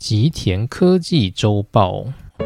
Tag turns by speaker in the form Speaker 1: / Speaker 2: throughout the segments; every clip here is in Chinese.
Speaker 1: 吉田科技周报。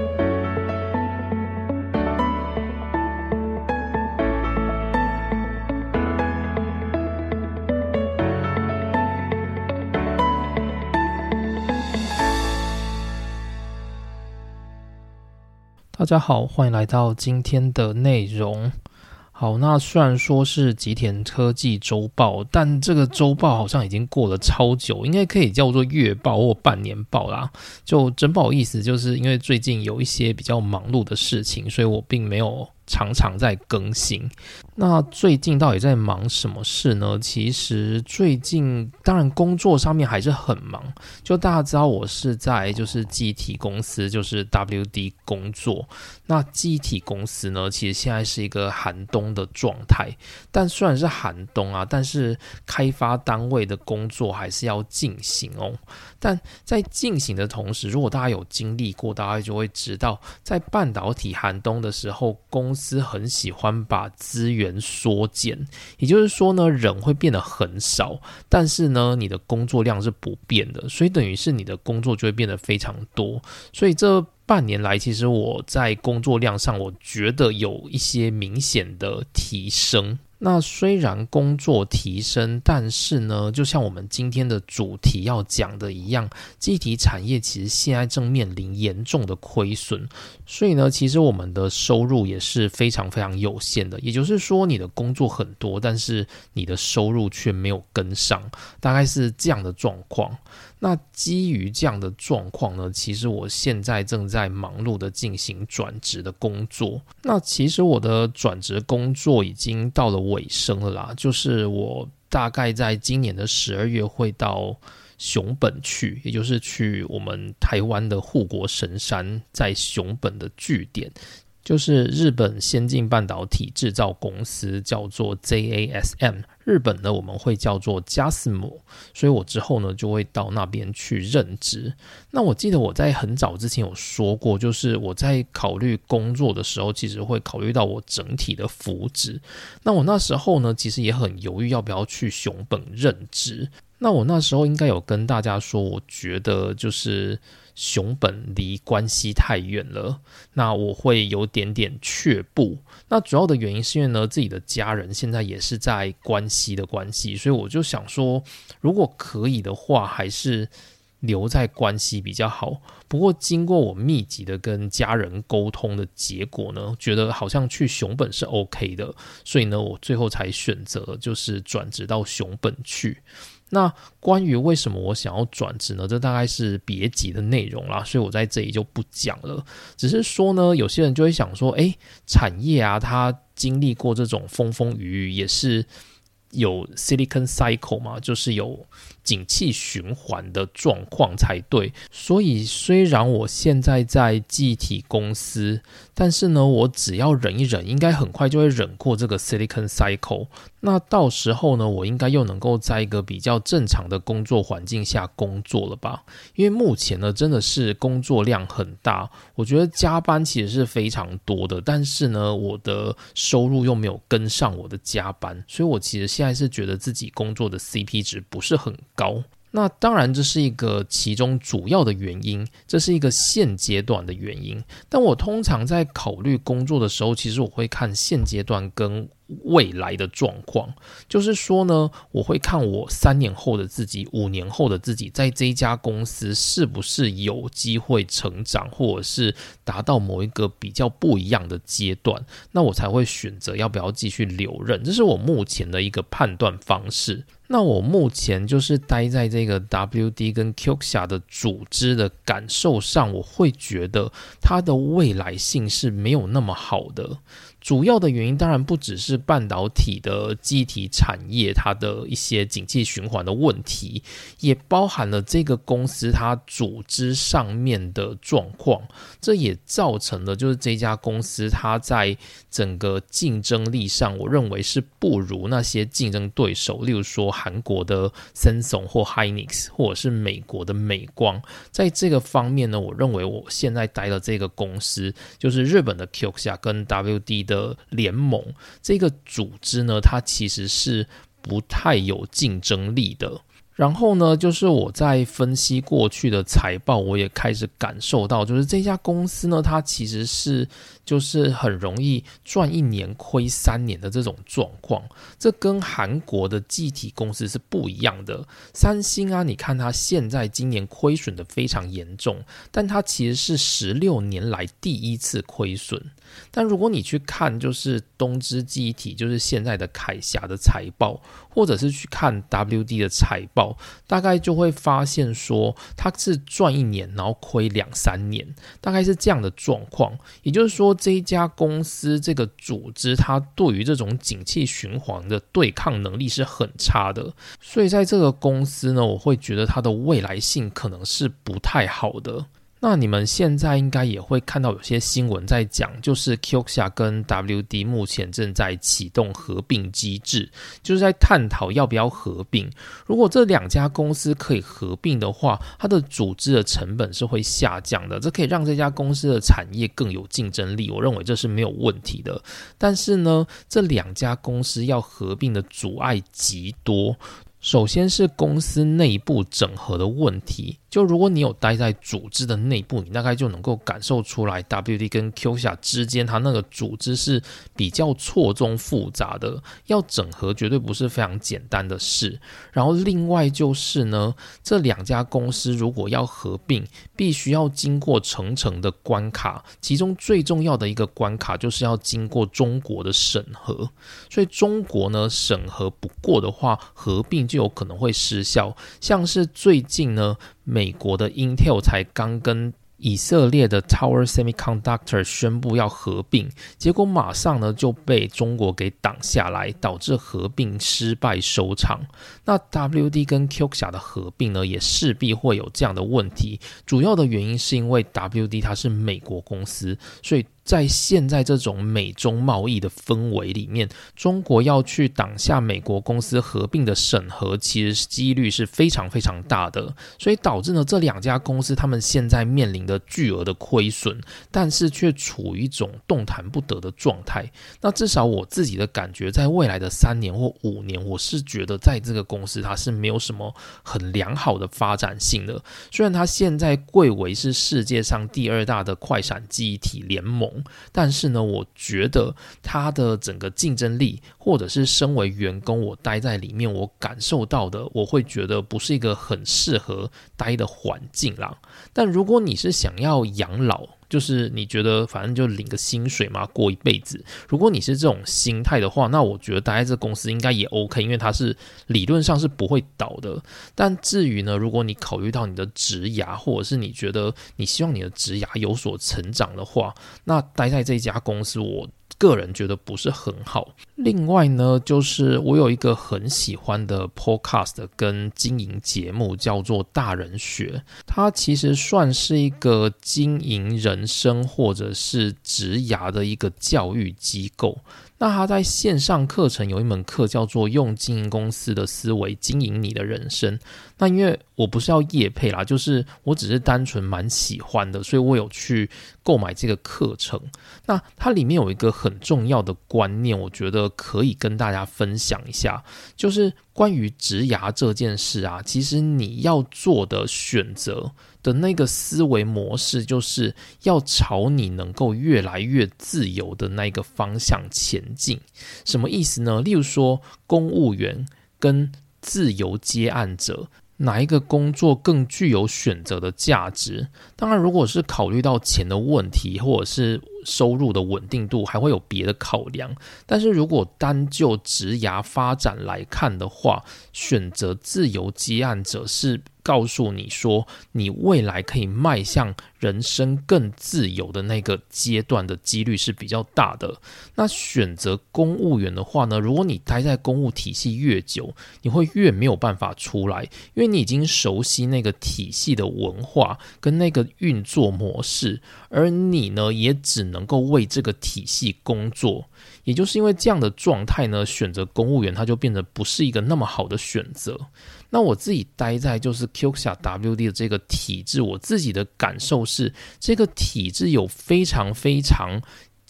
Speaker 1: 大家好，欢迎来到今天的内容。好，那虽然说是吉田科技周报，但这个周报好像已经过了超久，应该可以叫做月报或半年报啦。就真不好意思，就是因为最近有一些比较忙碌的事情，所以我并没有常常在更新。那最近到底在忙什么事呢？其实最近当然工作上面还是很忙，就大家知道我是在就是记忆体公司，就是 WD 工作。那记忆体公司呢，其实现在是一个寒冬的状态，但虽然是寒冬啊，但是开发单位的工作还是要进行哦。但在进行的同时，如果大家有经历过，大家就会知道，在半导体寒冬的时候，公司很喜欢把资源缩减，也就是说呢，人会变得很少，但是呢，你的工作量是不变的，所以等于是你的工作就会变得非常多。所以这半年来，其实我在工作量上，我觉得有一些明显的提升。那虽然工作提升，但是呢，就像我们今天的主题要讲的一样，记忆体产业其实现在正面临严重的亏损，所以呢，其实我们的收入也是非常非常有限的。也就是说，你的工作很多，但是你的收入却没有跟上，大概是这样的状况。那基于这样的状况呢，其实我现在正在忙碌的进行转职的工作。那其实我的转职工作已经到了尾声了啦，就是我大概在今年的12月会到熊本去，也就是去我们台湾的护国神山，在熊本的据点，就是日本先进半导体制造公司，叫做 JASM， 日本呢我们会叫做 JASM， 所以我之后呢就会到那边去任职。那我记得我在很早之前有说过，就是我在考虑工作的时候，其实会考虑到我整体的福祉。那我那时候呢其实也很犹豫要不要去熊本任职。那我那时候应该有跟大家说，我觉得就是熊本离关西太远了，那我会有点却步。那主要的原因是因为呢，自己的家人现在也是在关西的关系，所以我就想说，如果可以的话，还是留在关西比较好。不过经过我密集的跟家人沟通的结果呢，觉得好像去熊本是 OK 的，所以呢，我最后才选择就是转职到熊本去。那关于为什么我想要转职呢？这大概是别集的内容啦，所以我在这里就不讲了。只是说呢，有些人就会想说，产业啊，它经历过这种风风雨雨，也是有 Silicon Cycle 嘛，就是有景气循环的状况才对。所以虽然我现在在记忆体公司，但是呢，我只要忍一忍，应该很快就会忍过这个 Silicon Cycle。那到时候呢，我应该又能够在一个比较正常的工作环境下工作了吧？因为目前呢，真的是工作量很大，我觉得加班其实是非常多的，但是呢，我的收入又没有跟上我的加班，所以我其实现在是觉得自己工作的 CP 值不是很高。那当然这是一个其中主要的原因，这是一个现阶段的原因。但我通常在考虑工作的时候，其实我会看现阶段跟未来的状况。就是说呢，我会看我3年后的自己，5年后的自己，在这一家公司是不是有机会成长，或者是达到某一个比较不一样的阶段，那我才会选择要不要继续留任。这是我目前的一个判断方式。那我目前就是待在这个 WD 跟 Kioxia 的组织的感受上，我会觉得它的未来性是没有那么好的。主要的原因当然不只是半导体的记忆体产业它的一些景气循环的问题，也包含了这个公司它组织上面的状况。这也造成了就是这家公司它在整个竞争力上，我认为是不如那些竞争对手，例如说韩国的 Samsung 或 Hynix， 或者是美国的美光。在这个方面呢，我认为我现在待的这个公司，就是日本的 Kioxia 跟 WD 的联盟这个组织呢，它其实是不太有竞争力的。 然后呢，就是我在分析过去的财报，我也开始感受到，就是这家公司呢，它其实是就是很容易赚1年亏3年的这种状况。这跟韩国的记忆体公司是不一样的。三星啊，你看它现在今年亏损的非常严重，但它其实是16年来第一次亏损。但如果你去看就是东芝记忆体，就是现在的凯霞的财报，或者是去看 WD 的财报，大概就会发现说它是赚1年然后亏2-3年，大概是这样的状况。也就是说这一家公司这个组织它对于这种景气循环的对抗能力是很差的，所以在这个公司呢，我会觉得它的未来性可能是不太好的。那你们现在应该也会看到有些新闻在讲，就是 Kioxia 跟 WD 目前正在启动合并机制，就是在探讨要不要合并。如果这2家公司可以合并的话，它的组织的成本是会下降的，这可以让这家公司的产业更有竞争力，我认为这是没有问题的。但是呢，这2家公司要合并的阻碍极多。首先是公司内部整合的问题，就如果你有待在组织的内部，你大概就能够感受出来 WD 跟 Kioxia 之间它那个组织是比较错综复杂的，要整合绝对不是非常简单的事。然后另外就是呢，这2家公司如果要合并，必须要经过层层的关卡，其中最重要的一个关卡就是要经过中国的审核，所以中国呢审核不过的话，合并就有可能会失效。像是最近呢，美国的 Intel 才刚跟以色列的 Tower Semiconductor 宣布要合并，结果马上呢就被中国给挡下来，导致合并失败收场。那 WD 跟 Kioxia 的合并呢，也势必会有这样的问题。主要的原因是因为 WD 它是美国公司，所以在现在这种美中贸易的氛围里面，中国要去挡下美国公司合并的审核，其实几率是非常非常大的，所以导致呢这2家公司他们现在面临的巨额的亏损，但是却处于一种动弹不得的状态。那至少我自己的感觉，在未来的3年或5年，我是觉得在这个公司它是没有什么很良好的发展性的。虽然它现在贵为是世界上第2大的快闪记忆体联盟，但是呢，我觉得它的整个竞争力，或者是身为员工我待在里面我感受到的，我会觉得不是一个很适合待的环境啦。但如果你是想要养老，就是你觉得反正就领个薪水嘛，过一辈子，如果你是这种心态的话，那我觉得待在这公司应该也 OK， 因为它是理论上是不会倒的。但至于呢，如果你考虑到你的职涯，或者是你觉得你希望你的职涯有所成长的话，那待在这家公司我个人觉得不是很好。另外呢，就是我有一个很喜欢的 podcast 跟经营节目叫做大人学，它其实算是一个经营人生或者是职涯的一个教育机构。那他在线上课程有一门课叫做用经营公司的思维经营你的人生。那因为我不是要业配啦，就是我只是单纯蛮喜欢的，所以我有去购买这个课程。那它里面有一个很重要的观念，我觉得可以跟大家分享一下，就是关于职涯这件事啊，其实你要做的选择的那个思维模式，就是要朝你能够越来越自由的那个方向前进。什么意思呢？例如说公务员跟自由接案者，哪一个工作更具有选择的价值？当然如果是考虑到钱的问题，或者是收入的稳定度，还会有别的考量。但是如果单就职涯发展来看的话，选择自由接案者是告诉你说你未来可以迈向人生更自由的那个阶段的几率是比较大的。那选择公务员的话呢，如果你待在公务体系越久，你会越没有办法出来，因为你已经熟悉那个体系的文化跟那个运作模式，而你呢也只能够为这个体系工作。也就是因为这样的状态呢，选择公务员它就变得不是一个那么好的选择。那我自己待在就是 Kioxia WD 的这个体制，我自己的感受是这个体制有非常非常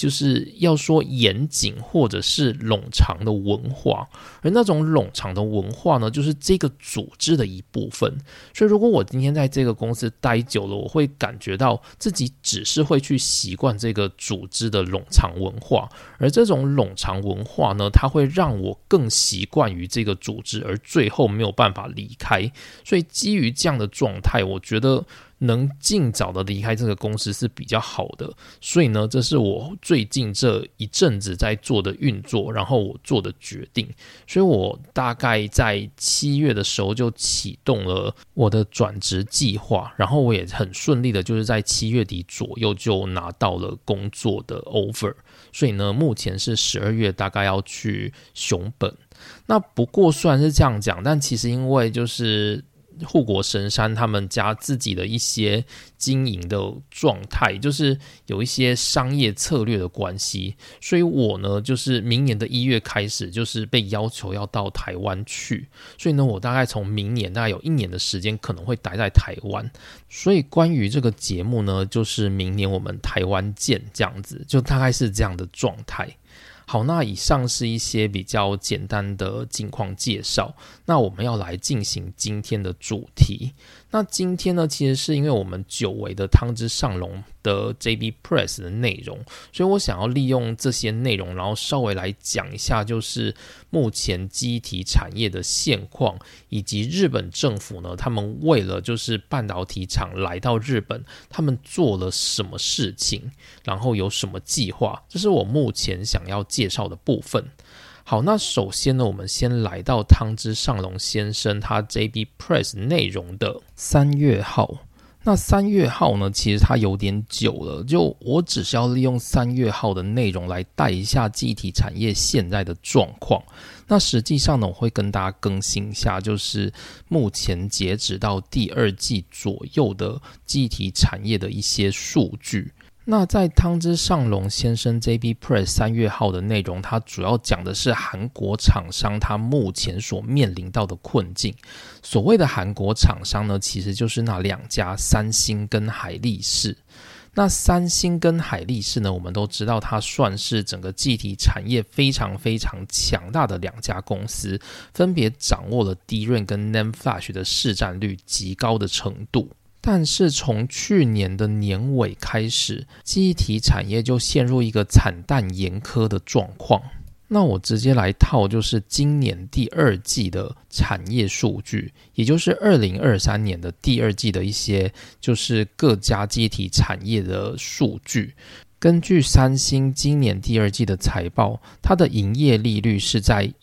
Speaker 1: 就是要说严谨或者是冗长的文化，而那种冗长的文化呢，就是这个组织的一部分。所以如果我今天在这个公司待久了，我会感觉到自己只是会去习惯这个组织的冗长文化，而这种冗长文化呢，它会让我更习惯于这个组织，而最后没有办法离开。所以基于这样的状态，我觉得能尽早的离开这个公司是比较好的。所以呢，这是我最近这一阵子在做的运作，然后我做的决定。所以我大概在7月的时候就启动了我的转职计划，然后我也很顺利的就是在7月底左右就拿到了工作的 offer。所以呢，目前是12月大概要去熊本。那不过虽然是这样讲，但其实因为就是护国神山他们家自己的一些经营的状态，就是有一些商业策略的关系，所以我呢就是明年的1月开始就是被要求要到台湾去，所以呢我大概从明年大概有1年的时间可能会待在台湾。所以关于这个节目呢，就是明年我们台湾见这样子，就大概是这样的状态。好，那以上是一些比较简单的近况介绍，那我们要来进行今天的主题。那今天呢，其实是因为我们久违的汤之上隆的 JB Press 的内容，所以我想要利用这些内容，然后稍微来讲一下就是目前记忆体产业的现况，以及日本政府呢，他们为了就是半导体厂来到日本，他们做了什么事情，然后有什么计划，这是我目前想要介绍的部分。好，那首先呢，我们先来到汤之上隆先生他 JB Press 内容的3月号。那3月号呢，其实它有点久了，就我只是要利用3月号的内容来带一下记忆体产业现在的状况。那实际上呢，我会跟大家更新一下，就是目前截止到第2季左右的记忆体产业的一些数据。那在汤之上隆先生 JB Press 3月号的内容，它主要讲的是韩国厂商它目前所面临到的困境。所谓的韩国厂商呢，其实就是那2家，三星跟海力士。那三星跟海力士呢，我们都知道它算是整个记忆体产业非常非常强大的2家公司，分别掌握了 DRAM 跟 NAND Flash 的市占率极高的程度。但是从去年的年尾开始，记忆体产业就陷入一个惨淡严苛的状况。那我直接来套就是今年第2季的产业数据，也就是2023年的第2季的一些就是各家记忆体产业的数据。根据三星今年第2季的财报，它的营业利率是在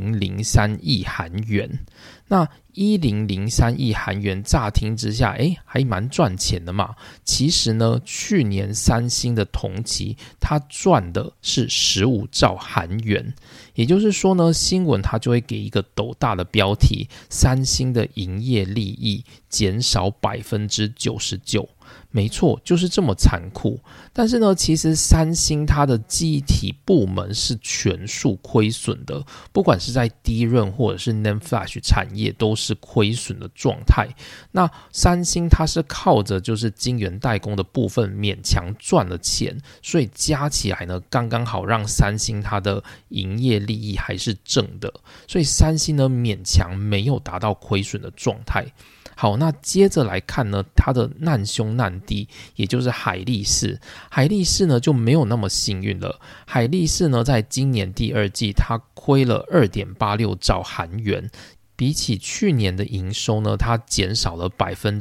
Speaker 1: 1003亿韩元。那1003亿韩元乍听之下还蛮赚钱的嘛。其实呢，去年三星的同期它赚的是15兆韩元。也就是说呢，新闻它就会给一个斗大的标题，三星的营业利益减少 99%。没错，就是这么残酷。但是呢，其实三星它的记忆体部门是全数亏损的，不管是在 DRAM 或者是 NAND Flash 产业都是亏损的状态。那三星它是靠着就是晶圆代工的部分勉强赚了钱，所以加起来呢，刚刚好让三星它的营业利益还是正的，所以三星呢勉强没有达到亏损的状态。好，那接着来看呢，它的难兄难弟，也就是海力士。海力士呢就没有那么幸运了。海力士呢在今年第2季，它亏了 2.86 兆韩元，比起去年的营收呢，它减少了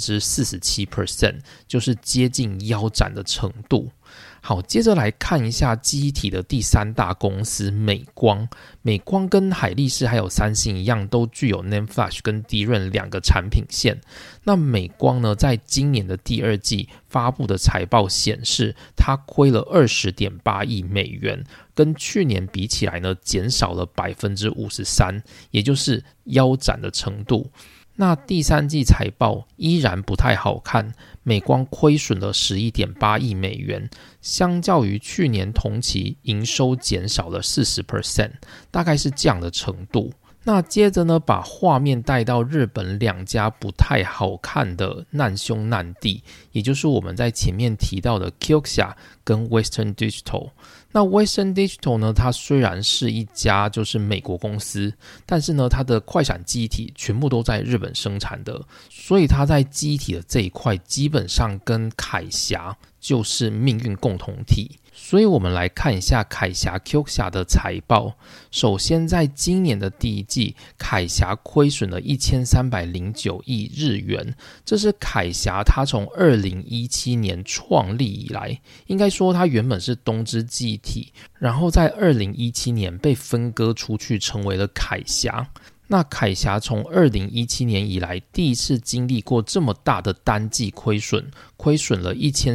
Speaker 1: 47%， 就是接近腰斩的程度。好，接着来看一下记忆体的第3大公司美光。美光跟海力士还有三星一样，都具有 NAND Flash 跟 DRAM 2个产品线。那美光呢，在今年的第2季发布的财报显示，它亏了 20.8 亿美元，跟去年比起来呢，减少了 53%， 也就是腰斩的程度。那第3季财报依然不太好看，美光亏损了 11.8 亿美元，相较于去年同期营收减少了 40%， 大概是这样的程度。 那接着呢，把画面带到日本两家不太好看的难兄难弟，也就是我们在前面提到的 Kioxia 跟 Western Digital。那 Western Digital 呢，它虽然是一家就是美国公司，但是呢，它的快闪记忆体全部都在日本生产的，所以它在记忆体的这一块基本上跟凯霞就是命运共同体。所以我们来看一下凯霞 Kioxia 的财报。首先在今年的第一季，凯霞亏损了1309亿日元，这是凯霞它从2017年创立以来，应该说它原本是东芝记忆体，然后在2017年被分割出去成为了凯霞。那凯霞从2017年以来第一次经历过这么大的单季亏损了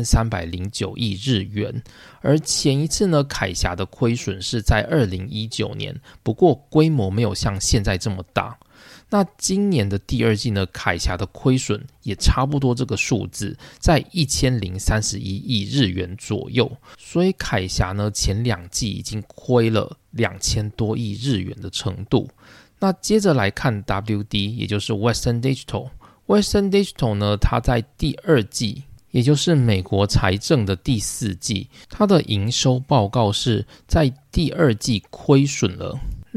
Speaker 1: 1309亿日元。而前一次呢，凯霞的亏损是在2019年，不过规模没有像现在这么大。那今年的第二季呢，凯霞的亏损也差不多这个数字，在1031亿日元左右。所以凯霞呢，前两季已经亏了2000多亿日元的程度。那接着来看 WD， 也就是 Western Digital。Western Digital 呢，它在第二季，也就是美国财政的第四季，它的营收报告是在第二季亏损了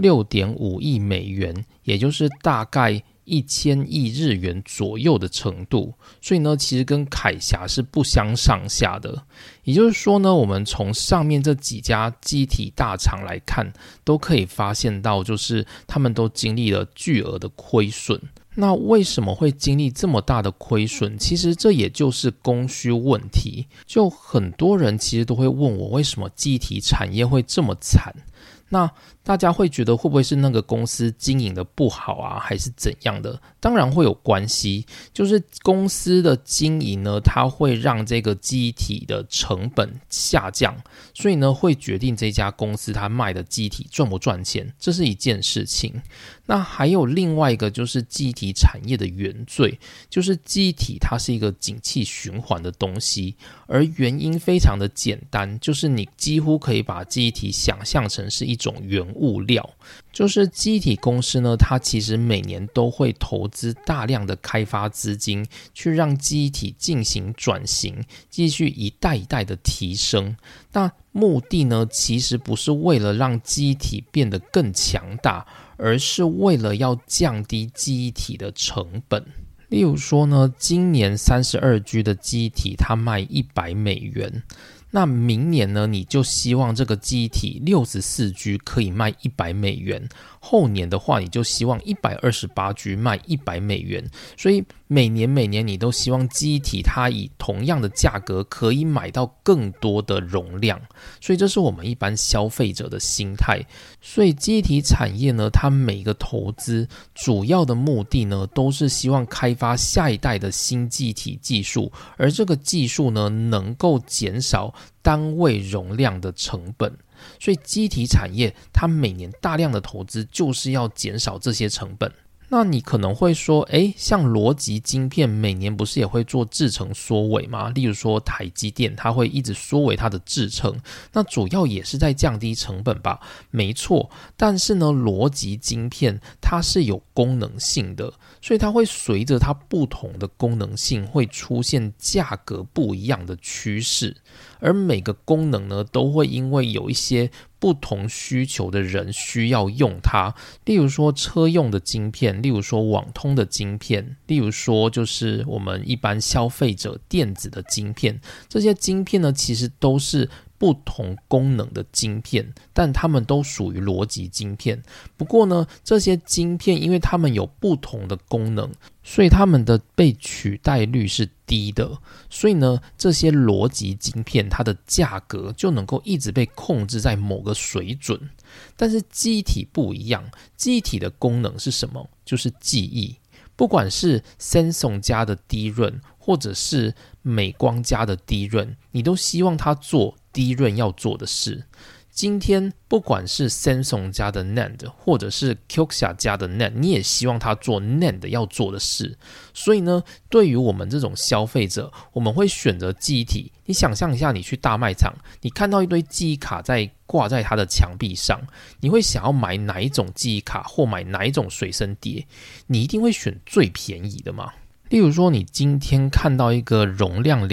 Speaker 1: 6.5 亿美元，也就是大概1000亿日元左右的程度，所以呢，其实跟凯霞是不相上下的。也就是说呢，我们从上面这几家记忆体大厂来看，都可以发现到，就是他们都经历了巨额的亏损。那为什么会经历这么大的亏损？其实这也就是供需问题。就很多人其实都会问我，为什么记忆体产业会这么惨？那大家会觉得会不会是那个公司经营的不好啊，还是怎样的？当然会有关系，就是公司的经营呢，它会让这个记忆体的成本下降，所以呢，会决定这家公司它卖的记忆体赚不赚钱，这是一件事情。那还有另外一个就是记忆体产业的原罪，就是记忆体它是一个景气循环的东西，而原因非常的简单，就是你几乎可以把记忆体想象成是一种原物料。就是记忆体公司呢，它其实每年都会投资大量的开发资金，去让记忆体进行转型，继续一代一代的提升。那目的呢，其实不是为了让记忆体变得更强大，而是为了要降低记忆体的成本。例如说呢，今年 32G 的记忆体它卖100美元，那明年呢，你就希望这个记忆体 64G 可以卖100美元，后年的话你就希望 128G 卖100美元，所以每年你都希望记忆体它以同样的价格可以买到更多的容量，所以这是我们一般消费者的心态。所以记忆体产业呢，它每个投资主要的目的呢，都是希望开发下一代的新记忆体技术，而这个技术呢，能够减少单位容量的成本。所以记忆体产业它每年大量的投资就是要减少这些成本。那你可能会说，像逻辑晶片每年不是也会做制程缩尾吗？例如说台积电它会一直缩尾它的制程，那主要也是在降低成本吧？没错，但是呢，逻辑晶片它是有功能性的，所以它会随着它不同的功能性会出现价格不一样的趋势，而每个功能呢，都会因为有一些不同需求的人需要用它，例如说车用的晶片，例如说网通的晶片，例如说就是我们一般消费者电子的晶片，这些晶片呢，其实都是不同功能的晶片，但它们都属于逻辑晶片。不过呢，这些晶片因为它们有不同的功能，所以它们的被取代率是低的，所以呢，这些逻辑晶片它的价格就能够一直被控制在某个水准。但是记忆体不一样，记忆体的功能是什么？就是记忆。不管是 Samsung 家的DRAM，或者是美光家的DRAM，你都希望它做DRAM要做的事。 今天不管是 Samsung 家的 NAND 或者是 Kioxia 家的 NAND， 你也希望它做 NAND 要做的事。所以呢，对于我们这种消费者，我们会选择记忆体。你想象一下，你去大卖场，你看到一堆记忆卡挂在它的墙壁上，你会想要买哪一种记忆卡或买哪一种随身碟？你一定会选最便宜的嘛。例如说，你今天看到一个容量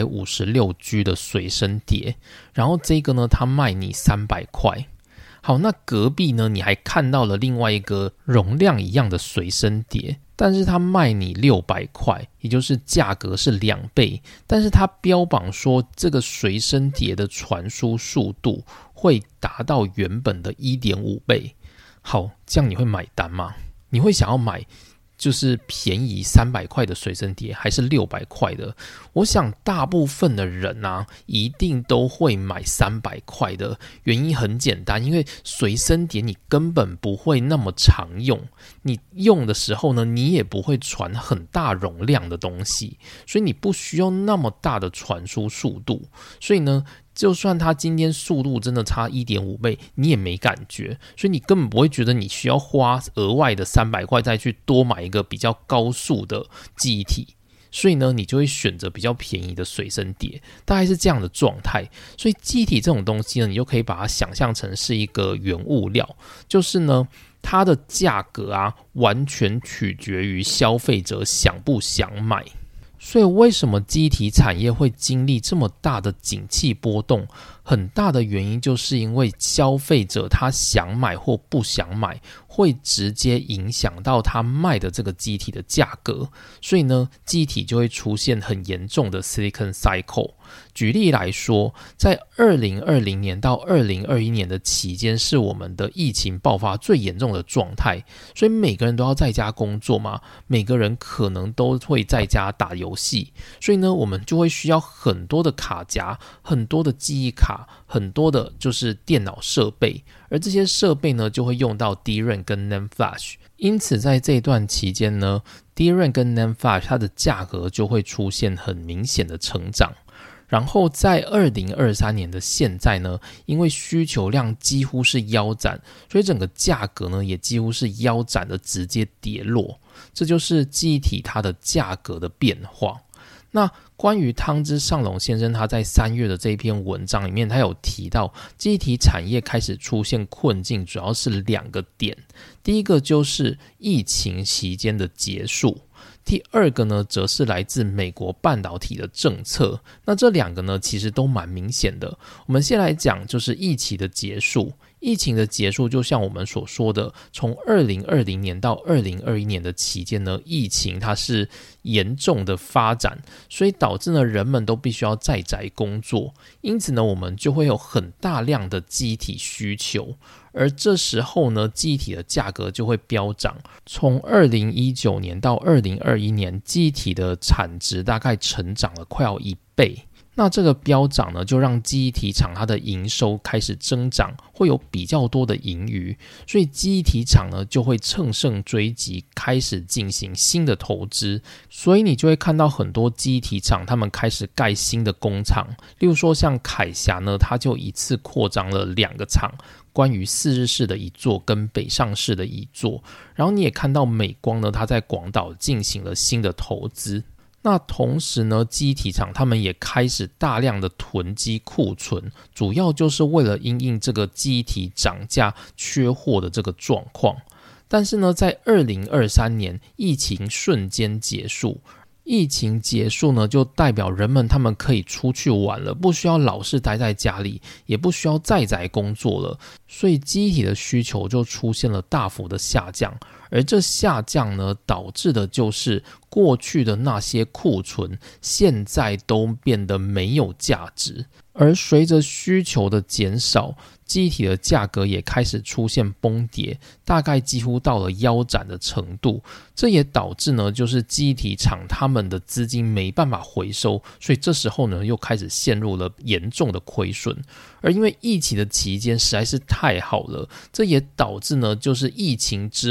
Speaker 1: 256G 的随身碟，然后这个呢，它卖你300块。好，那隔壁呢，你还看到了另外一个容量一样的随身碟，但是它卖你600块，也就是价格是2倍，但是它标榜说这个随身碟的传输速度会达到原本的 1.5 倍。好，这样你会买单吗？你会想要买就是便宜300块的随身碟还是600块的？我想大部分的人啊，一定都会买300块的。原因很简单，因为随身碟你根本不会那么常用，你用的时候呢，你也不会传很大容量的东西，所以你不需要那么大的传输速度。所以呢，就算它今天速度真的差 1.5 倍，你也没感觉，所以你根本不会觉得你需要花额外的300块再去多买一个比较高速的记忆体，所以呢，你就会选择比较便宜的随身碟，大概是这样的状态。所以记忆体这种东西呢，你就可以把它想象成是一个原物料，就是呢，它的价格啊，完全取决于消费者想不想买。所以为什么记忆体产业会经历这么大的景气波动？很大的原因就是因为消费者他想买或不想买，会直接影响到他卖的这个记忆体的价格。所以呢，记忆体就会出现很严重的 Silicon Cycle。举例来说，在2020年到2021年的期间，是我们的疫情爆发最严重的状态，所以每个人都要在家工作嘛，每个人可能都会在家打游戏，所以呢，我们就会需要很多的卡夹，很多的记忆卡，很多的就是电脑设备，而这些设备呢，就会用到 DRAM 跟 NAND Flash。因此在这一段期间呢， DRAM 跟 NAND Flash 它的价格就会出现很明显的成长。然后在2023年的现在呢，因为需求量几乎是腰斩，所以整个价格呢也几乎是腰斩的直接跌落，这就是记忆体它的价格的变化。那关于汤之上隆先生他在3月的这一篇文章里面，他有提到记忆体产业开始出现困境，主要是2个点。第一个就是疫情期间的结束，第二个呢，则是来自美国半导体的政策。那这2个呢，其实都蛮明显的。我们先来讲，就是疫情的结束。疫情的结束，就像我们所说的，从2020年到2021年的期间呢，疫情它是严重的发展，所以导致呢，人们都必须要在宅工作，因此呢，我们就会有很大量的记忆体需求。而这时候呢，记忆体的价格就会飙涨。从2019年到2021年，记忆体的产值大概成长了快要1倍。那这个飙涨呢，就让记忆体厂它的营收开始增长，会有比较多的盈余，所以记忆体厂呢就会乘胜追击，开始进行新的投资。所以你就会看到很多记忆体厂他们开始盖新的工厂，例如说像凯霞呢，它就一次扩张了2个厂，关于4日市的一座跟北上市的一座。然后你也看到美光呢，它在广岛进行了新的投资。那同时呢，记忆体厂他们也开始大量的囤积库存，主要就是为了因应这个记忆体涨价缺货的这个状况。但是呢，在2023年疫情瞬间结束，疫情结束呢，就代表人们他们可以出去玩了，不需要老是待在家里，也不需要在宅工作了，所以记忆体的需求就出现了大幅的下降。而这下降呢，导致的就是过去的那些库存现在都变得没有价值，而随着需求的减少，记忆体的价格也开始出现崩跌，大概几乎到了腰斩的程度。这也导致呢，就是记忆体厂他们的资金没办法回收，所以这时候呢，又开始陷入了严重的亏损。而因为疫情的期间实在是太好了，这也导致呢，就是疫情之后的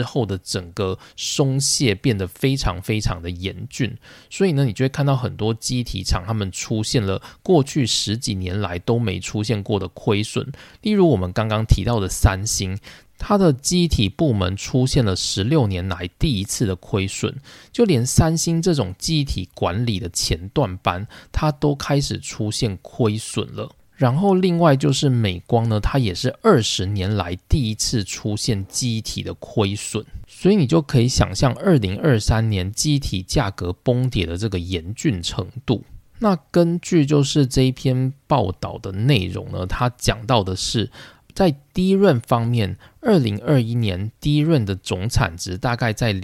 Speaker 1: 整个松懈变得非常非常的严峻，所以呢，你就会看到很多机体厂他们出现了过去10几年来都没出现过的亏损。例如我们刚刚提到的三星，它的机体部门出现了16年来第一次的亏损，就连三星这种机体管理的前段班，它都开始出现亏损了。然后另外就是美光呢，它也是20年来第一次出现机体的亏损，所以你就可以想象2023年机体价格崩跌的这个严峻程度。那根据就是这一篇报道的内容呢，它讲到的是在DRAM方面，2021年DRAM的总产值大概在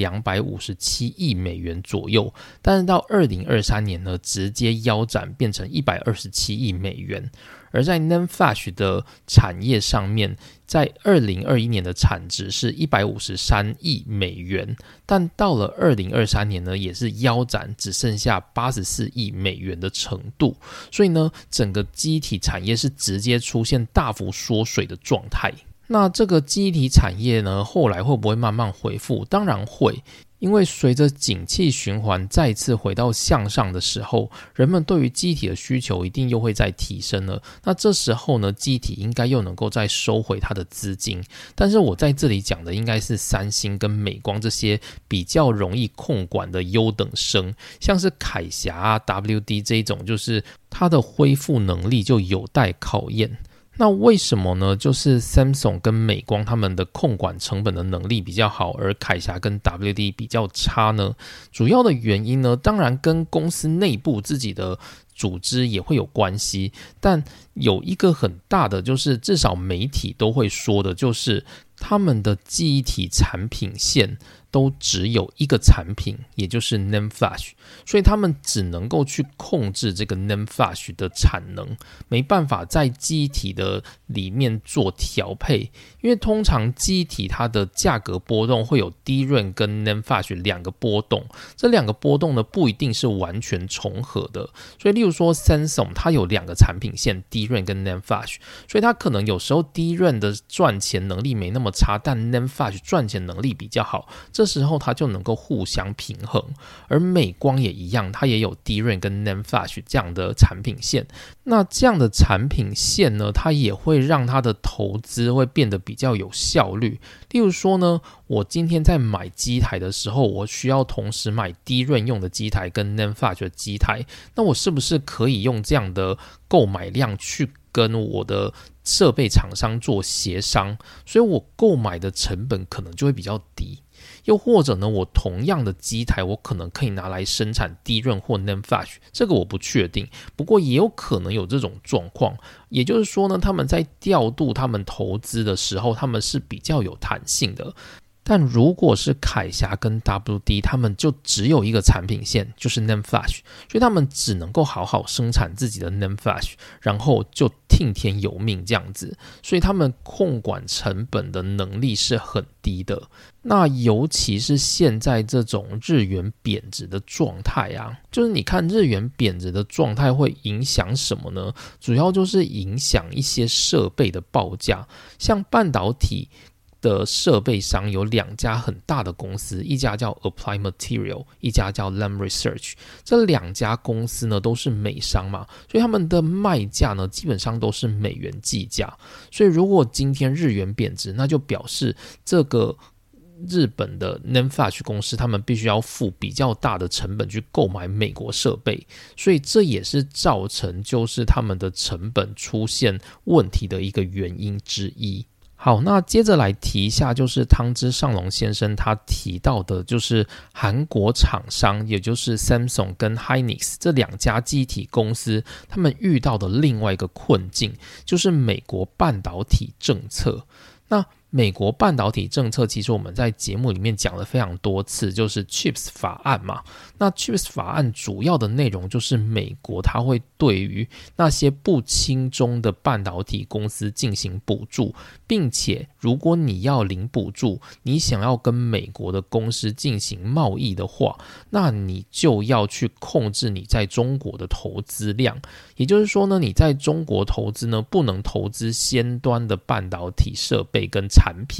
Speaker 1: 257亿美元左右，但是到2023年呢，直接腰斩变成127亿美元。而在 NAND Flash 的产业上面，在2021年的产值是153亿美元，但到了2023年呢，也是腰斩，只剩下84亿美元的程度。所以呢，整个机体产业是直接出现大幅缩水的状态。那这个机体产业呢，后来会不会慢慢恢复？当然会。因为随着景气循环再次回到向上的时候，人们对于机体的需求一定又会再提升了。那这时候呢，机体应该又能够再收回它的资金。但是我在这里讲的应该是三星跟美光这些比较容易控管的优等生，像是凯霞啊、WD 这种，就是它的恢复能力就有待考验。那为什么呢？就是 Samsung 跟美光他们的控管成本的能力比较好，而凯霞跟 WD 比较差呢？主要的原因呢，当然跟公司内部自己的组织也会有关系，但有一个很大的，就是至少媒体都会说的，就是他们的记忆体产品线都只有一个产品，也就是 NAND Flash， 所以他们只能够去控制这个 NAND Flash 的产能，没办法在记忆体的里面做调配，因为通常记忆体它的价格波动会有 DRAM 跟 NAND Flash 两个波动，这两个波动呢不一定是完全重合的，所以例如说 Samsung 它有两个产品线 DRAM 跟 NAND Flash， 所以它可能有时候 DRAM 的赚钱能力没那么差，但 NAND Flash 赚钱能力比较好，这时候它就能够互相平衡。而美光也一样，它也有 DRAM 跟 NAND Flash 这样的产品线，那这样的产品线呢，它也会让它的投资会变得比较有效率。例如说呢，我今天在买机台的时候，我需要同时买 DRAM 用的机台跟 NAND Flash 的机台，那我是不是可以用这样的购买量去跟我的设备厂商做协商，所以我购买的成本可能就会比较低。又或者呢，我同样的机台，我可能可以拿来生产 DRAM 或 NAND Flash， 这个我不确定，不过也有可能有这种状况。也就是说呢，他们在调度他们投资的时候，他们是比较有弹性的。但如果是凯霞跟 WD， 他们就只有一个产品线，就是 NAND Flash， 所以他们只能够好好生产自己的 NAND Flash， 然后就听天由命这样子，所以他们控管成本的能力是很低的。那尤其是现在这种日元贬值的状态啊，就是你看日元贬值的状态会影响什么呢？主要就是影响一些设备的报价，像半导体的设备商有两家很大的公司，一家叫 Applied Material， 一家叫 Lam Research。这两家公司呢都是美商嘛，所以他们的卖价呢基本上都是美元计价。所以如果今天日元贬值，那就表示这个日本的 NAND Flash 公司他们必须要付比较大的成本去购买美国设备，所以这也是造成就是他们的成本出现问题的一个原因之一。好，那接着来提一下，就是汤之上隆先生他提到的，就是韩国厂商，也就是 Samsung 跟 Hynix 这两家机体公司，他们遇到的另外一个困境，就是美国半导体政策。那美国半导体政策其实我们在节目里面讲了非常多次，就是 CHIPS 法案嘛。那 CHIPS 法案主要的内容就是美国它会对于那些不亲中的半导体公司进行补助，并且如果你要领补助，你想要跟美国的公司进行贸易的话，那你就要去控制你在中国的投资量。也就是说呢，你在中国投资呢，不能投资先端的半导体设备跟产品。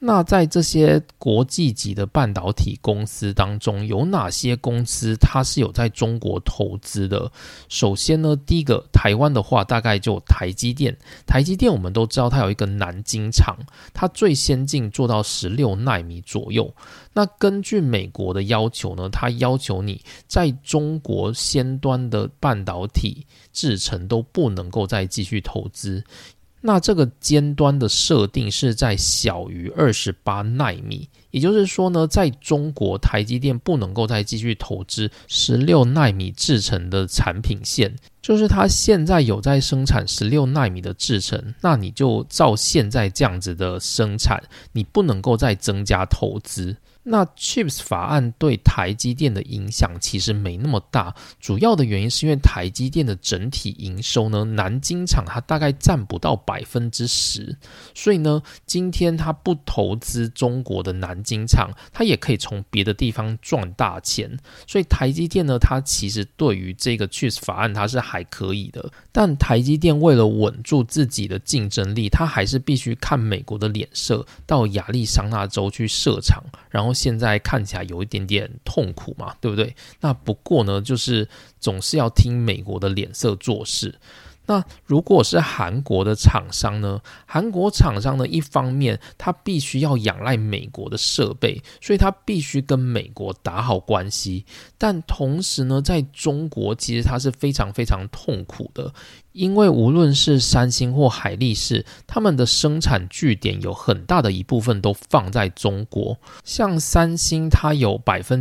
Speaker 1: 那在这些国际级的半导体公司当中，有哪些公司它是有在中国投资的？首先呢，第一个，台湾的话大概就台积电。台积电我们都知道它有一个南京厂，它最先进做到16奈米左右。那根据美国的要求呢，它要求你在中国先端的半导体制程都不能够再继续投资。那这个尖端的设定是在小于28奈米，也就是说呢，在中国台积电不能够再继续投资16奈米制程的产品线，就是它现在有在生产16奈米的制程，那你就照现在这样子的生产，你不能够再增加投资。那 CHIPS 法案对台积电的影响其实没那么大，主要的原因是因为台积电的整体营收呢，南京厂它大概占不到 10%， 所以呢，今天它不投资中国的南京厂，它也可以从别的地方赚大钱，所以台积电呢，它其实对于这个 CHIPS 法案它是还可以的，但台积电为了稳住自己的竞争力，它还是必须看美国的脸色，到亚利桑那州去设厂，然后现在看起来有一点点痛苦嘛，对不对？那不过呢，就是总是要听美国的脸色做事。那如果是韩国的厂商呢？韩国厂商呢，一方面他必须要仰赖美国的设备，所以他必须跟美国打好关系。但同时呢，在中国其实他是非常非常痛苦的，因为无论是三星或海力士，他们的生产据点有很大的一部分都放在中国。像三星，它有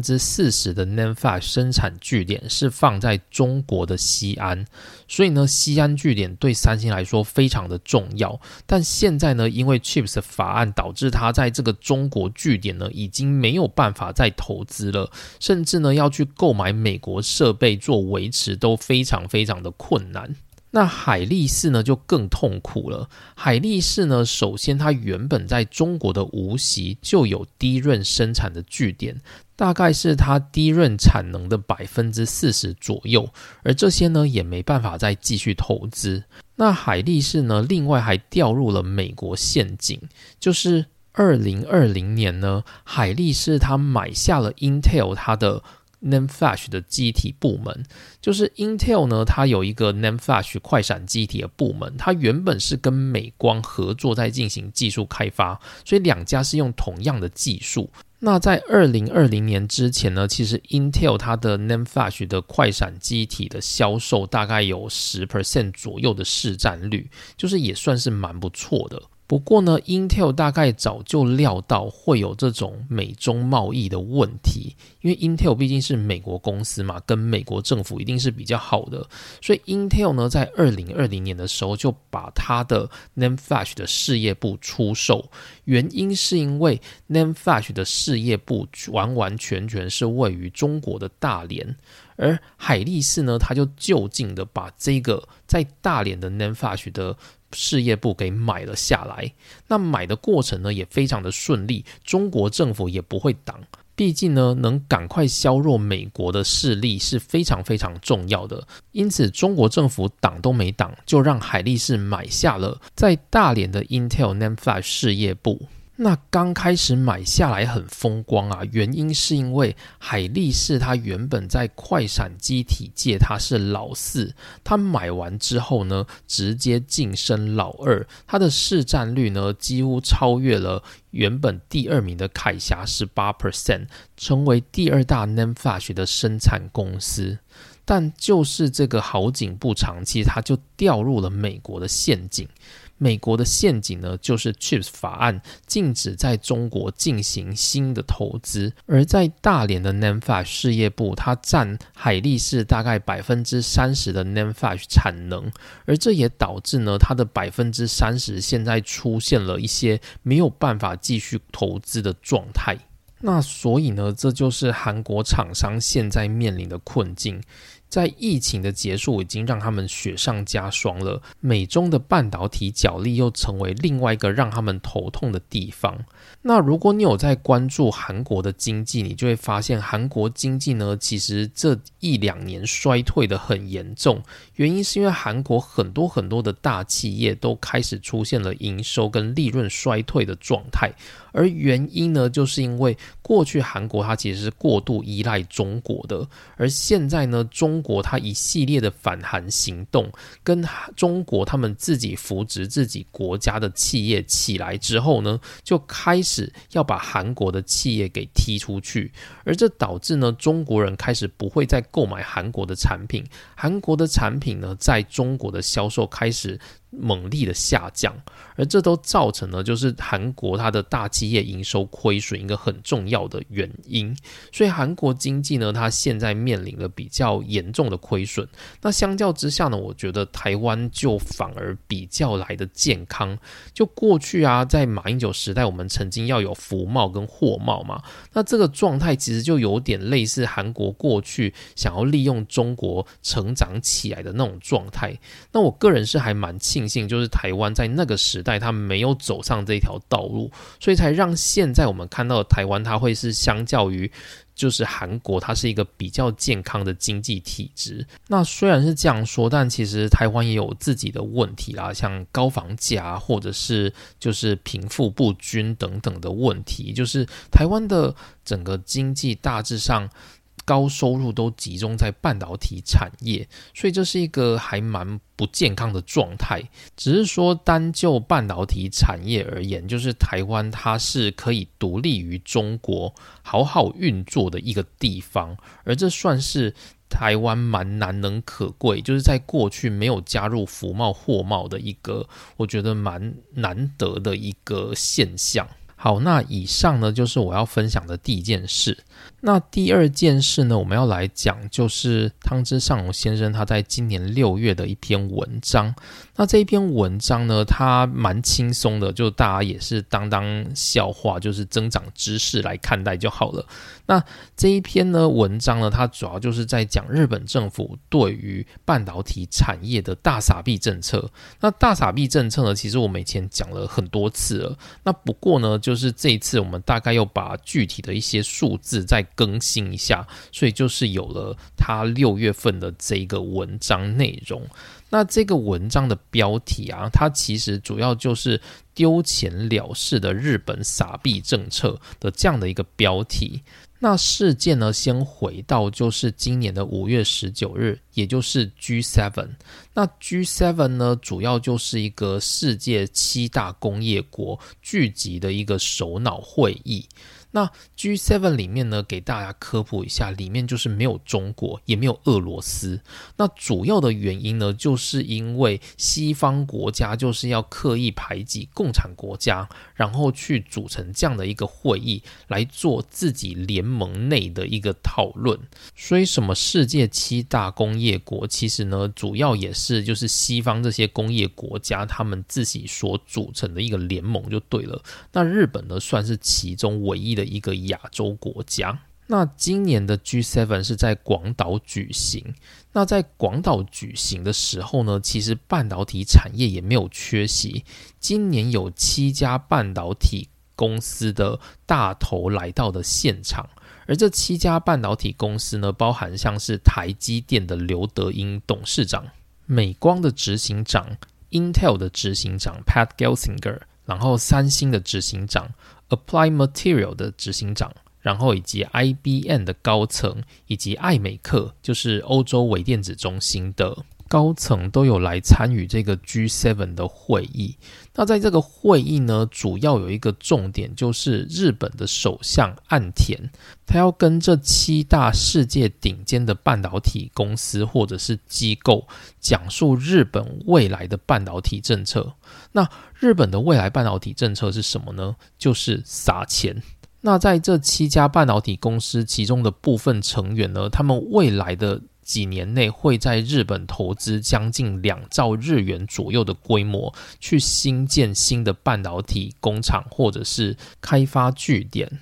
Speaker 1: 40% 的 NAND Flash 生产据点是放在中国的西安，所以呢，西安据点对三星来说非常的重要。但现在呢，因为 CHIPS 法案导致它在这个中国据点呢，已经没有办法再投资了，甚至呢要去购买美国设备做维持都非常非常的困难。那海力士呢就更痛苦了。海力士呢，首先它原本在中国的无锡就有低润生产的据点，大概是它低润产能的 40% 左右，而这些呢也没办法再继续投资。那海力士呢，另外还掉入了美国陷阱，就是2020年呢，海力士它买下了 Intel 它的NAND Flash 的机体部门，就是 Intel 呢，它有一个 NAND Flash 快闪机体的部门，它原本是跟美光合作在进行技术开发，所以两家是用同样的技术。那在2020年之前呢，其实 Intel 它的 NAND Flash 的快闪机体的销售大概有 10% 左右的市占率，就是也算是蛮不错的。不过呢 Intel 大概早就料到会有这种美中贸易的问题，因为 Intel 毕竟是美国公司嘛，跟美国政府一定是比较好的，所以 Intel 呢在2020年的时候就把它的 NAND Flash 的事业部出售，原因是因为 NAND Flash 的事业部完完全全是位于中国的大连，而海力士呢，他就就近的把这个在大连的 NAND Flash 的事业部给买了下来。那买的过程呢也非常的顺利，中国政府也不会挡，毕竟呢能赶快削弱美国的势力是非常非常重要的，因此中国政府挡都没挡，就让海力士买下了在大连的 Intel NAND Flash 事业部。那刚开始买下来很风光啊，原因是因为海力士它原本在快闪机体界它是老四，它买完之后呢直接晋升老二，它的市占率呢几乎超越了原本第2名的凯霞 18%， 成为第2大 NAND Flash 的生产公司。但就是这个好景不长，其实它就掉入了美国的陷阱。美国的陷阱呢，就是 CHIPS 法案禁止在中国进行新的投资，而在大连的 NAND Flash 事业部，它占海力士大概 30% 的 NAND Flash 产能，而这也导致呢，它的 30% 现在出现了一些没有办法继续投资的状态。那所以呢，这就是韩国厂商现在面临的困境。 在疫情的结束已经让他们雪上加霜了，美中的半导体角力又成为另外一个让他们头痛的地方。那如果你有在关注韩国的经济，你就会发现韩国经济呢，其实这1-2年衰退的很严重，原因是因为韩国很多的大企业都开始出现了营收跟利润衰退的状态，而原因呢，就是因为过去韩国它其实是过度依赖中国的，而现在呢，中国它一系列的反韩行动，跟中国他们自己扶植自己国家的企业起来之后呢，就开始要把韩国的企业给踢出去，而这导致呢，中国人开始不会再购买韩国的产品，韩国的产品呢，在中国的销售开始猛烈的下降，而这都造成了就是韩国它的大企业营收亏损一个很重要的原因，所以韩国经济呢，它现在面临了比较严重的亏损。那相较之下呢，我觉得台湾就反而比较来的健康。就过去啊，在马英九时代，我们曾经要有服贸跟货贸嘛，那这个状态其实就有点类似韩国过去想要利用中国成长起来的那种状态。那我个人是还蛮庆幸，就是台湾在那个时代它没有走上这条道路，所以才让现在我们看到的台湾它会是相较于就是韩国它是一个比较健康的经济体制。那虽然是这样说，但其实台湾也有自己的问题啦，像高房价或者是就是贫富不均等等的问题，就是台湾的整个经济大致上高收入都集中在半导体产业，所以这是一个还蛮不健康的状态。只是说单就半导体产业而言，就是台湾它是可以独立于中国好好运作的一个地方，而这算是台湾蛮难能可贵，就是在过去没有加入服贸货贸的一个我觉得蛮难得的一个现象。好，那以上呢就是我要分享的第一件事。那第二件事呢，我们要来讲就是汤之上荣先生他在今年6月的一篇文章。那这一篇文章呢，它蛮轻松的，就大家也是当笑话，就是增长知识来看待就好了。那这一篇呢文章呢，它主要就是在讲日本政府对于半导体产业的大撒币政策。那大撒币政策呢，其实我们以前讲了很多次了。那不过呢，就是这一次我们大概又把具体的一些数字再更新一下，所以就是有了他6月份的这个文章内容。那这个文章的标题啊，它其实主要就是丢钱了事的日本撒币政策的这样的一个标题。那事件呢，先回到就是今年的5月19日，也就是 G7。那 G7 呢，主要就是一个世界7大工业国聚集的一个首脑会议。那 G7 里面呢，给大家科普一下，里面就是没有中国，也没有俄罗斯。那主要的原因呢，就是因为西方国家就是要刻意排挤共产国家，然后去组成这样的一个会议，来做自己联盟内的一个讨论。所以什么世界7大工业国，其实呢，主要也是就是西方这些工业国家他们自己所组成的一个联盟就对了。那日本呢，算是其中唯一的一个亚洲国家。那今年的 G7 是在广岛举行。那在广岛举行的时候呢，其实半导体产业也没有缺席。今年有7家半导体公司的大头来到的现场，而这7家半导体公司呢，包含像是台积电的刘德英董事长、美光的执行长、Intel 的执行长 Pat Gelsinger， 然后三星的执行长、Applied Materials 的执行长，然后以及 IBM 的高层，以及艾美克，就是欧洲微电子中心的高层都有来参与这个 G7 的会议。那在这个会议呢，主要有一个重点，就是日本的首相岸田，他要跟这7大世界顶尖的半导体公司或者是机构讲述日本未来的半导体政策。那日本的未来半导体政策是什么呢？就是撒钱。那在这7家半导体公司其中的部分成员呢，他们未来的几年内会在日本投资将近2兆日元左右的规模，去新建新的半导体工厂或者是开发据点。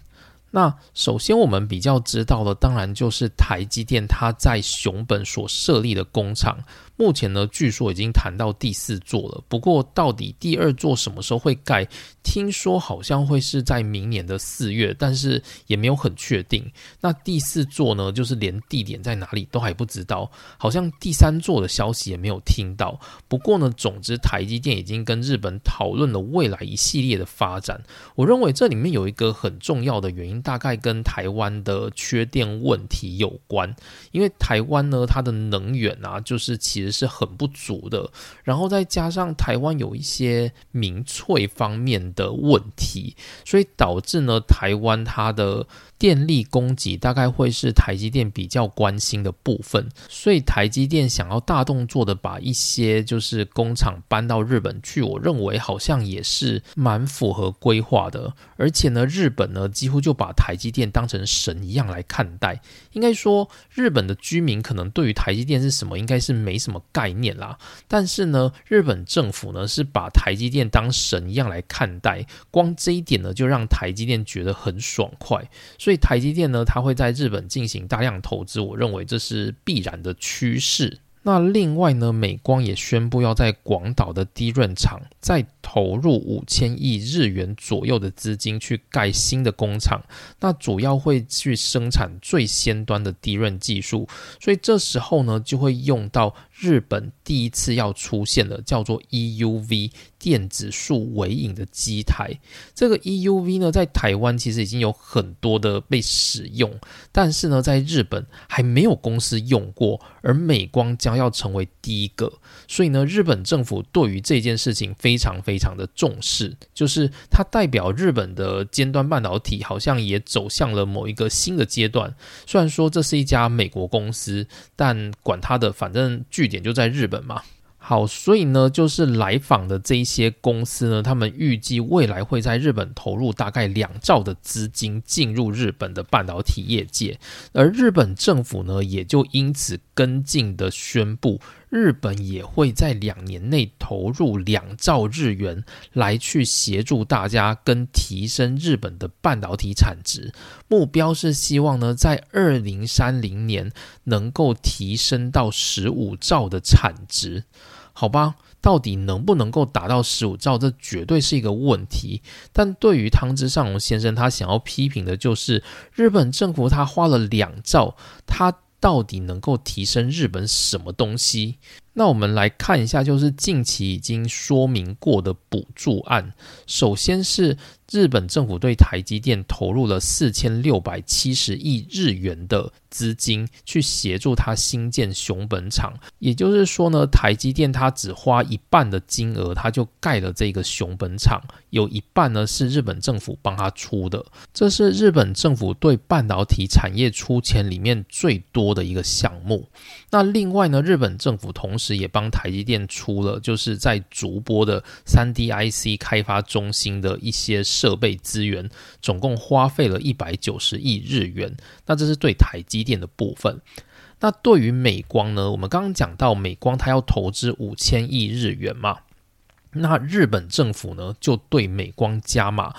Speaker 1: 那首先我们比较知道的当然就是台积电它在熊本所设立的工厂，目前呢据说已经谈到第4座了，不过到底第2座什么时候会盖，听说好像会是在明年的4月，但是也没有很确定。那第4座呢就是连地点在哪里都还不知道，好像第3座的消息也没有听到。不过呢总之台积电已经跟日本讨论了未来一系列的发展，我认为这里面有一个很重要的原因，大概跟台湾的缺电问题有关。因为台湾呢它的能源啊就是其实是很不足的，然后再加上台湾有一些民粹方面的问题，所以导致呢台湾它的电力供给大概会是台积电比较关心的部分，所以台积电想要大动作的把一些就是工厂搬到日本去，我认为好像也是蛮符合规划的。而且呢日本呢几乎就把台积电当成神一样来看待，应该说日本的居民可能对于台积电是什么应该是没什么概念啦，但是呢日本政府呢是把台积电当神一样来看待，光这一点呢就让台积电觉得很爽快，所以台积电呢它会在日本进行大量投资，我认为这是必然的趋势。那另外呢美光也宣布要在广岛的低润厂再投入5000亿日元左右的资金去盖新的工厂，那主要会去生产最先端的低润技术，所以这时候呢就会用到日本第一次要出现的叫做 EUV 电子束微影的机台。这个 EUV 呢在台湾其实已经有很多的被使用，但是呢在日本还没有公司用过，而美光将要成为第一个，所以呢日本政府对于这件事情非常非常的重视，就是它代表日本的尖端半导体好像也走向了某一个新的阶段。虽然说这是一家美国公司，但管它的，反正据点就在日本嘛。好，所以呢就是来访的这一些公司呢，他们预计未来会在日本投入大概2兆的资金进入日本的半导体业界，而日本政府呢也就因此跟进的宣布，日本也会在2年内投入2兆日元来去协助大家跟提升日本的半导体产值，目标是希望呢在2030年能够提升到15兆的产值。好吧，到底能不能够达到15兆，这绝对是一个问题。但对于汤之上荣先生，他想要批评的就是日本政府他花了2兆，他到底能够提升日本什么东西？那我们来看一下，就是近期已经说明过的补助案。首先是日本政府对台积电投入了4670亿日元的资金，去协助它新建熊本厂。也就是说呢，台积电它只花一半的金额，它就盖了这个熊本厂，有一半呢是日本政府帮它出的。这是日本政府对半导体产业出钱里面最多的一个项目。那另外呢，日本政府同时也帮台积电出了就是在竹波的 3D IC 开发中心的一些设备资源，总共花费了190亿日元。那这是对台积电的部分。那对于美光呢，我们刚刚讲到美光它要投资5000亿日元嘛，那日本政府呢就对美光加码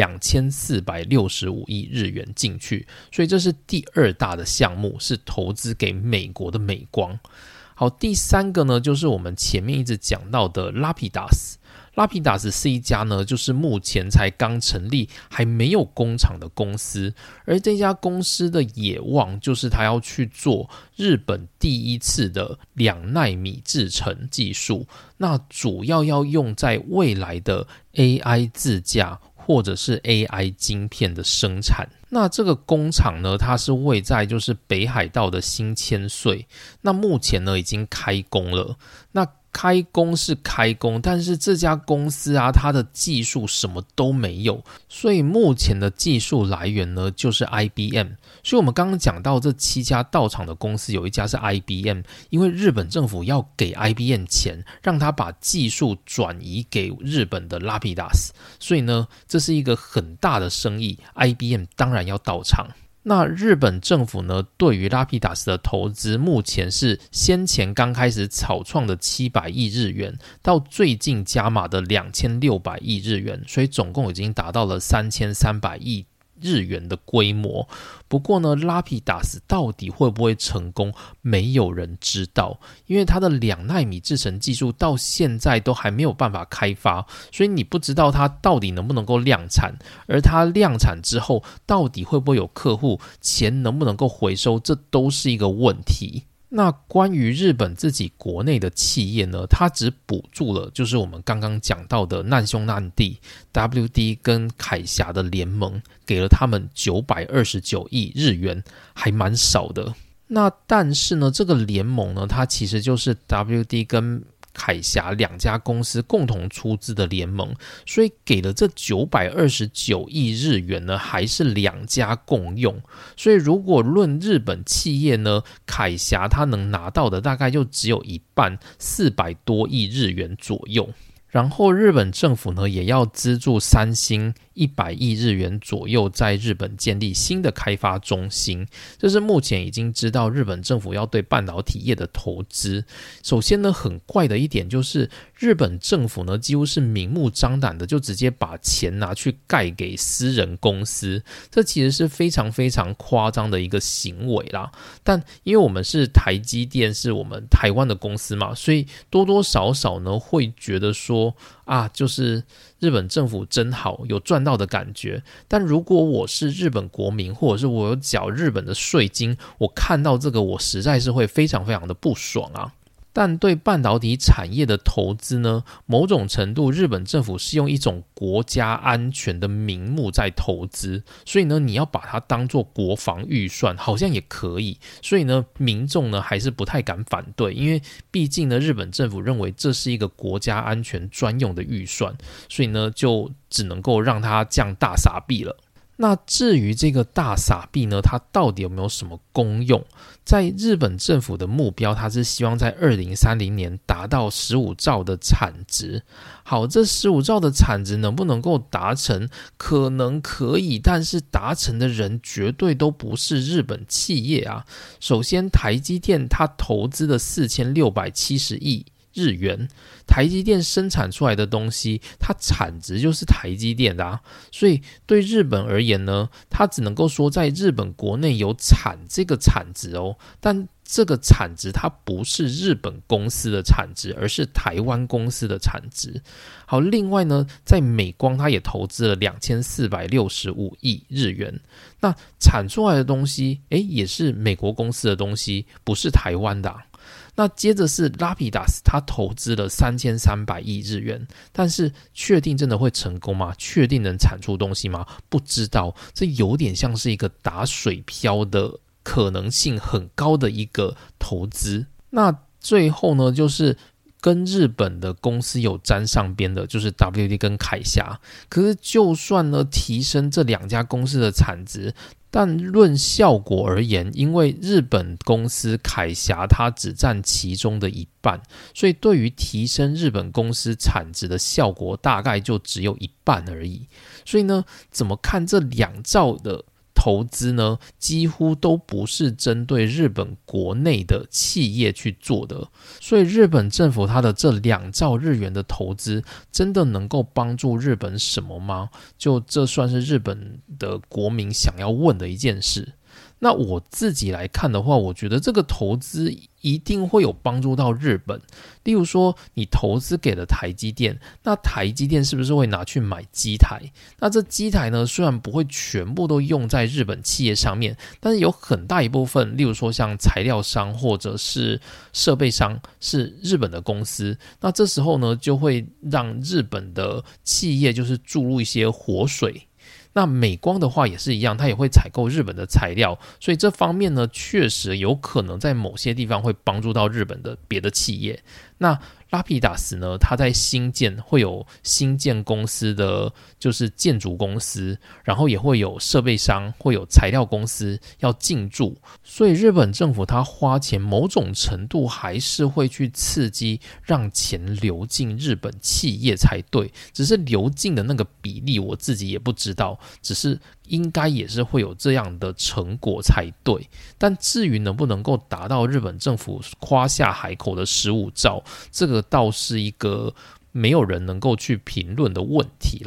Speaker 1: 2465亿日元进去，所以这是第2大的项目，是投资给美国的美光。好，第3个呢就是我们前面一直讲到的拉皮达斯。拉皮达斯是一家呢就是目前才刚成立还没有工厂的公司，而这家公司的野望就是它要去做日本第1次的2奈米制程技术，那主要要用在未来的 AI 自驾或者是 AI 晶片的生产。那这个工厂呢，它是位在就是北海道的新千岁，那目前呢已经开工了。那开工是开工，但是这家公司啊，它的技术什么都没有，所以目前的技术来源呢就是 IBM。 所以我们刚刚讲到这7家到场的公司，有一家是 IBM， 因为日本政府要给 IBM 钱，让他把技术转移给日本的拉皮达斯，所以呢这是一个很大的生意， IBM 当然要到场。那日本政府呢，对于拉皮达斯的投资，目前是先前刚开始草创的700亿日元，到最近加码的2600亿日元，所以总共已经达到了3300亿日元的规模。不过呢，拉皮达斯到底会不会成功，没有人知道，因为它的2奈米制程技术到现在都还没有办法开发，所以你不知道它到底能不能够量产，而它量产之后到底会不会有客户，钱能不能够回收，这都是一个问题。那关于日本自己国内的企业呢，它只补助了就是我们刚刚讲到的难兄难弟 WD 跟凯霞的联盟，给了他们929亿日元，还蛮少的。那但是呢，这个联盟呢，它其实就是 WD 跟凯霞2家公司共同出资的联盟，所以给了这929亿日元呢，还是2家共用。所以如果论日本企业呢，凯霞它能拿到的大概就只有一半，400多亿日元左右。然后日本政府呢，也要资助三星100亿日元左右在日本建立新的开发中心，这是目前已经知道日本政府要对半导体业的投资。首先呢，很怪的一点就是日本政府呢几乎是明目张胆的就直接把钱拿去盖给私人公司，这其实是非常非常夸张的一个行为啦。但因为我们是台积电，是我们台湾的公司嘛，所以多多少少呢会觉得说就是日本政府真好，有赚到的感觉。但如果我是日本国民，或者是我有缴日本的税金，我看到这个我实在是会非常非常的不爽啊。但对半导体产业的投资呢，某种程度日本政府是用一种国家安全的名目在投资，所以呢你要把它当作国防预算好像也可以，所以呢民众呢还是不太敢反对，因为毕竟呢日本政府认为这是一个国家安全专用的预算，所以呢就只能够让它降大撒币了。那至于这个大撒币呢，它到底有没有什么功用？在日本政府的目标，它是希望在2030年达到15兆的产值。好，这15兆的产值能不能够达成？可能可以，但是达成的人绝对都不是日本企业啊。首先，台积电它投资的4670亿日元，台积电生产出来的东西，它产值就是台积电的啊，所以对日本而言呢，它只能够说在日本国内有产这个产值哦，但这个产值它不是日本公司的产值，而是台湾公司的产值。好，另外呢，在美光它也投资了2465亿日元，那产出来的东西，也是美国公司的东西，不是台湾的啊。那接着是拉皮达斯，他投资了3300亿日元，但是确定真的会成功吗？确定能产出东西吗？不知道，这有点像是一个打水漂的可能性很高的一个投资。那最后呢，就是跟日本的公司有沾上边的，就是 WD 跟凯霞。可是就算呢提升这2家公司的产值，但论效果而言，因为日本公司凯霞它只占其中的一半，所以对于提升日本公司产值的效果大概就只有一半而已。所以呢，怎么看这2兆的投资呢，几乎都不是针对日本国内的企业去做的，所以日本政府它的这2兆日元的投资真的能够帮助日本什么吗？就这算是日本的国民想要问的一件事。那我自己来看的话，我觉得这个投资一定会有帮助到日本。例如说，你投资给了台积电，那台积电是不是会拿去买机台？那这机台呢，虽然不会全部都用在日本企业上面，但是有很大一部分，例如说像材料商或者是设备商是日本的公司，那这时候呢，就会让日本的企业就是注入一些活水。那美光的话也是一样，它也会采购日本的材料，所以这方面呢，确实有可能在某些地方会帮助到日本的别的企业。那拉皮达斯呢，它在新建会有新建公司的就是建筑公司，然后也会有设备商，会有材料公司要进驻，所以日本政府它花钱某种程度还是会去刺激让钱流进日本企业才对，只是流进的那个比例我自己也不知道，只是应该也是会有这样的成果才对。但至于能不能够达到日本政府夸下海口的15兆，这个倒是一个没有人能够去评论的问题啦。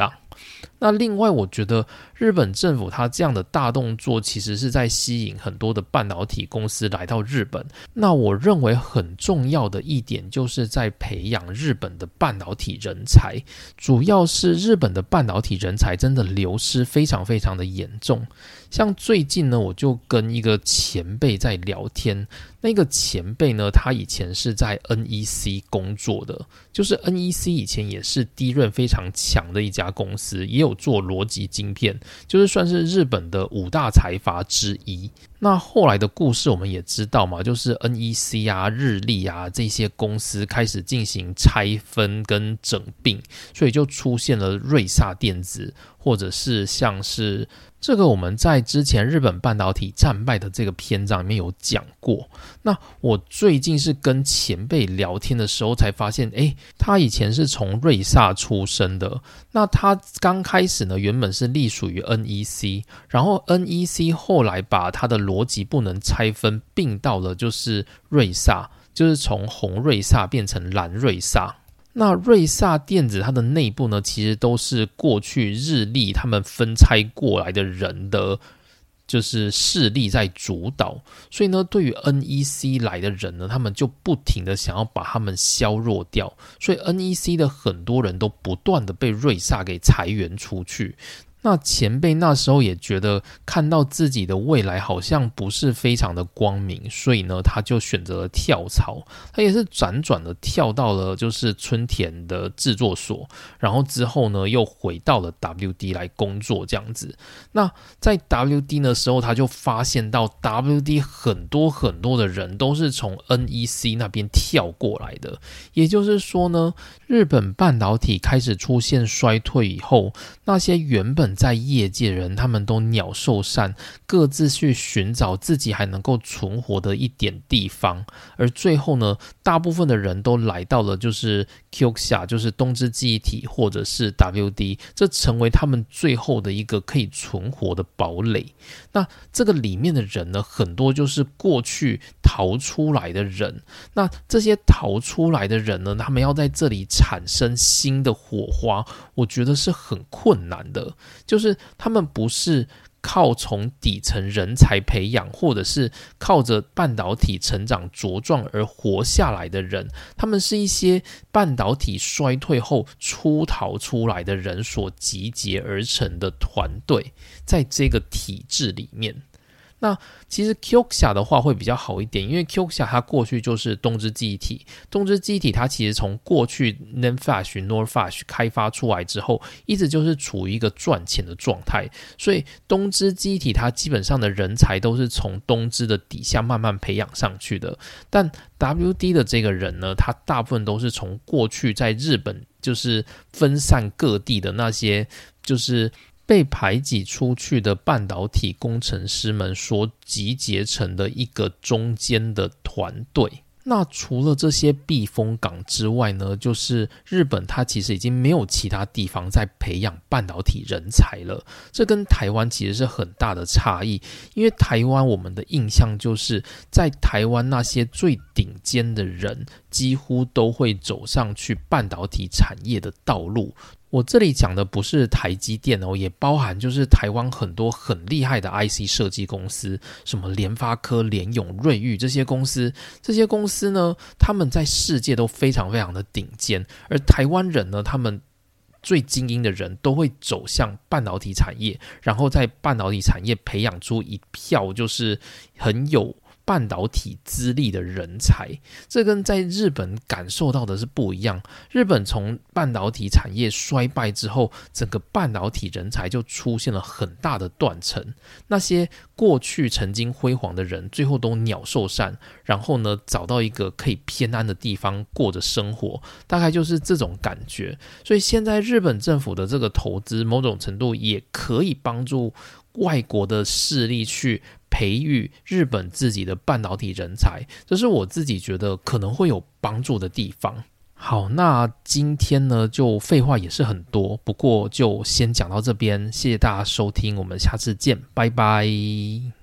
Speaker 1: 那另外我觉得日本政府它这样的大动作其实是在吸引很多的半导体公司来到日本，那我认为很重要的一点就是在培养日本的半导体人才，主要是日本的半导体人才真的流失非常非常的严重。像最近呢，我就跟一个前辈在聊天，那个前辈呢，他以前是在 NEC 工作的，就是 NEC 以前也是DRAM非常强的一家公司，也有做逻辑晶片，就是算是日本的5大财阀之一。那后来的故事我们也知道嘛，就是 NEC 啊、日立啊这些公司开始进行拆分跟整并，所以就出现了瑞萨电子，或者是像是这个我们在之前日本半导体战败的这个篇章里面有讲过。那我最近是跟前辈聊天的时候才发现，他以前是从瑞萨出身的。那他刚开始呢，原本是隶属于 NEC， 然后 NEC 后来把他的逻辑不能拆分并到了就是瑞萨，就是从红瑞萨变成蓝瑞萨。那瑞萨电子它的内部呢，其实都是过去日立他们分拆过来的人的就是势力在主导，所以呢，对于 NEC 来的人呢，他们就不停的想要把他们削弱掉，所以 NEC 的很多人都不断的被瑞萨给裁员出去。那前辈那时候也觉得看到自己的未来好像不是非常的光明，所以呢他就选择了跳槽。他也是辗转的跳到了就是春田的制作所，然后之后呢又回到了 WD 来工作这样子。那在 WD 的时候他就发现到 WD 很多很多的人都是从 NEC 那边跳过来的，也就是说呢，日本半导体开始出现衰退以后，那些原本在业界人他们都鸟兽散，各自去寻找自己还能够存活的一点地方，而最后呢，大部分的人都来到了就是 Kioxia， 就是东芝记忆体或者是 WD， 这成为他们最后的一个可以存活的堡垒。那这个里面的人呢，很多就是过去逃出来的人，那这些逃出来的人呢，他们要在这里产生新的火花，我觉得是很困难的。就是他们不是靠从底层人才培养，或者是靠着半导体成长茁壮而活下来的人，他们是一些半导体衰退后出逃出来的人所集结而成的团队，在这个体制里面。那其实 Kioxia 的话会比较好一点，因为 Kioxia 它过去就是东芝记忆体，东芝记忆体它其实从过去 NAND Flash、NOR Flash 开发出来之后，一直就是处于一个赚钱的状态，所以东芝记忆体它基本上的人才都是从东芝的底下慢慢培养上去的。但 WD 的这个人呢，他大部分都是从过去在日本就是分散各地的那些就是被排挤出去的半导体工程师们所集结成的一个中间的团队。那除了这些避风港之外呢，就是日本它其实已经没有其他地方在培养半导体人才了，这跟台湾其实是很大的差异。因为台湾我们的印象就是在台湾那些最顶尖的人几乎都会走上去半导体产业的道路。我这里讲的不是台积电哦，也包含就是台湾很多很厉害的 IC 设计公司，什么联发科、联咏、瑞昱这些公司呢，他们在世界都非常非常的顶尖，而台湾人呢，他们最精英的人都会走向半导体产业，然后在半导体产业培养出一票就是很有半导体资历的人才，这跟在日本感受到的是不一样。日本从半导体产业衰败之后，整个半导体人才就出现了很大的断层，那些过去曾经辉煌的人最后都鸟兽散，然后呢找到一个可以偏安的地方过着生活，大概就是这种感觉。所以现在日本政府的这个投资某种程度也可以帮助外国的势力去培育日本自己的半导体人才，这是我自己觉得可能会有帮助的地方。好，那今天呢就废话也是很多，不过就先讲到这边，谢谢大家收听，我们下次见，拜拜。